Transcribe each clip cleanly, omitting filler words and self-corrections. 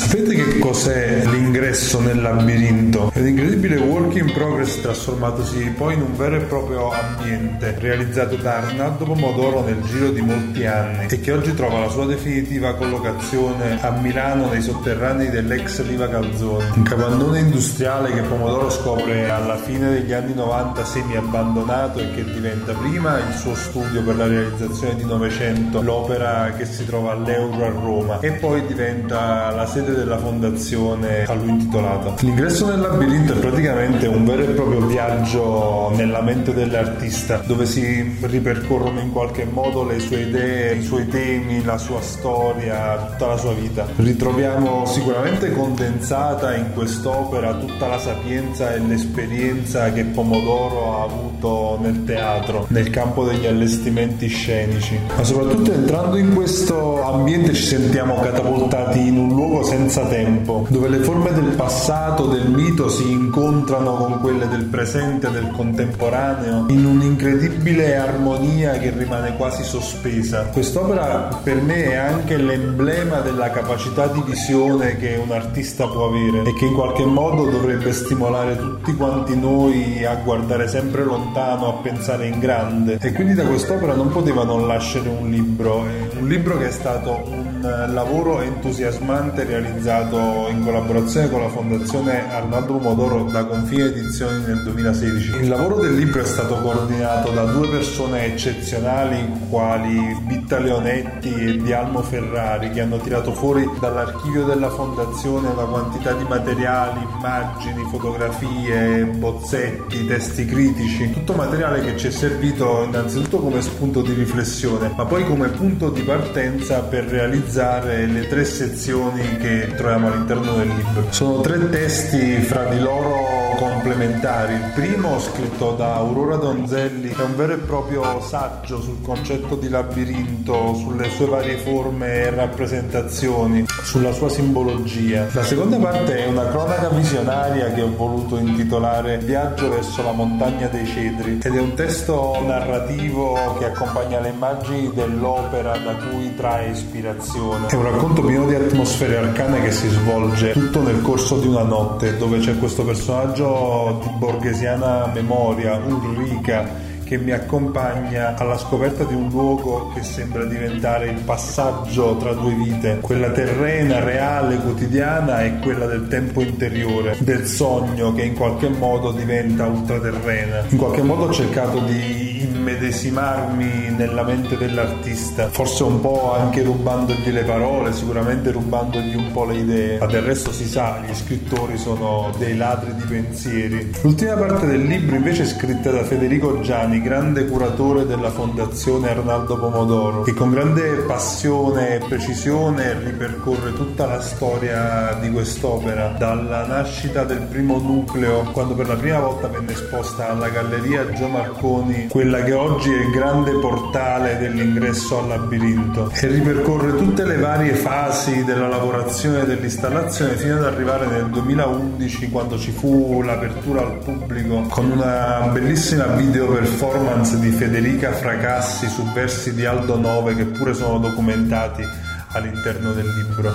Sapete che cos'è l'ingresso nel labirinto? È un incredibile work in progress trasformatosi poi in un vero e proprio ambiente, realizzato da Arnaldo Pomodoro nel giro di molti anni e che oggi trova la sua definitiva collocazione a Milano nei sotterranei dell'ex Riva Calzoni, un capannone industriale che Pomodoro scopre alla fine degli anni 90 semi abbandonato e che diventa prima il suo studio per la realizzazione di Novecento, l'opera che si trova all'Euro a Roma, e poi diventa la sede della fondazione a lui intitolata. L'ingresso nel labirinto è praticamente un vero e proprio viaggio nella mente dell'artista, dove si ripercorrono in qualche modo le sue idee, i suoi temi, la sua storia, tutta la sua vita. Ritroviamo sicuramente condensata in quest'opera tutta la sapienza e l'esperienza che Pomodoro ha avuto nel teatro, nel campo degli allestimenti scenici, ma soprattutto entrando in questo ambiente ci sentiamo catapultati in un luogo senza tempo, dove le forme del passato, del mito si incontrano con quelle del presente, del contemporaneo, in un'incredibile armonia che rimane quasi sospesa. Quest'opera per me è anche l'emblema della capacità di visione che un artista può avere e che in qualche modo dovrebbe stimolare tutti quanti noi a guardare sempre lontano, a pensare in grande. E quindi da quest'opera non poteva non nascere un libro che è stato un lavoro entusiasmante realizzato in collaborazione con la Fondazione Arnaldo Pomodoro da Confine Edizioni nel 2016. Il lavoro del libro è stato coordinato da due persone eccezionali quali Bitta Leonetti e Dialmo Ferrari, che hanno tirato fuori dall'archivio della Fondazione una quantità di materiali, immagini, fotografie, bozzetti, testi critici, tutto materiale che ci è servito innanzitutto come spunto di riflessione, ma poi come punto di partenza per realizzare le 3 sezioni che troviamo all'interno del libro. Sono 3 testi fra di loro complementari. Il primo, scritto da Aurora Donzelli, è un vero e proprio saggio sul concetto di labirinto, sulle sue varie forme e rappresentazioni, sulla sua simbologia. La seconda parte è una cronaca visionaria che ho voluto intitolare Viaggio verso la montagna dei cedri, ed è un testo narrativo che accompagna le immagini dell'opera da cui trae ispirazione. È un racconto pieno di atmosfere arcane che si svolge tutto nel corso di una notte, dove c'è questo personaggio di borghesiana memoria, Ulrica, che mi accompagna alla scoperta di un luogo che sembra diventare il passaggio tra 2 vite, quella terrena, reale, quotidiana, e quella del tempo interiore, del sogno che in qualche modo diventa ultraterrena. In qualche modo ho cercato di immedesimarmi nella mente dell'artista, forse un po' anche rubandogli le parole, sicuramente rubandogli un po' le idee, ma del resto si sa, gli scrittori sono dei ladri di pensieri. L'ultima parte del libro invece è scritta da Federico Giani, grande curatore della Fondazione Arnaldo Pomodoro, che con grande passione e precisione ripercorre tutta la storia di quest'opera, dalla nascita del primo nucleo, quando per la prima volta venne esposta alla Galleria Gio Marconi, quella che oggi è il grande portale dell'ingresso al labirinto, e ripercorre tutte le varie fasi della lavorazione e dell'installazione fino ad arrivare nel 2011, quando ci fu l'apertura al pubblico con una bellissima video performance di Federica Fracassi su versi di Aldo Nove, che pure sono documentati all'interno del libro.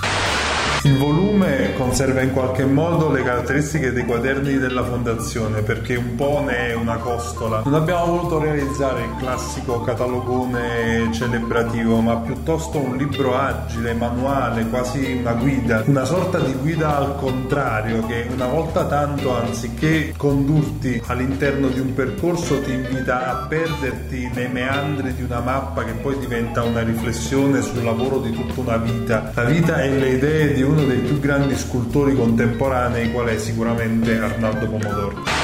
Il volume conserva in qualche modo le caratteristiche dei quaderni della Fondazione, perché un po' ne è una costola. Non abbiamo voluto realizzare il classico catalogone celebrativo, ma piuttosto un libro agile, manuale, quasi una guida, una sorta di guida al contrario, che una volta tanto, anziché condurti all'interno di un percorso, ti invita a perderti nei meandri di una mappa che poi diventa una riflessione sul lavoro di tutta una vita, la vita e le idee di uno dei più grandi scultori contemporanei, qual è sicuramente Arnaldo Pomodoro.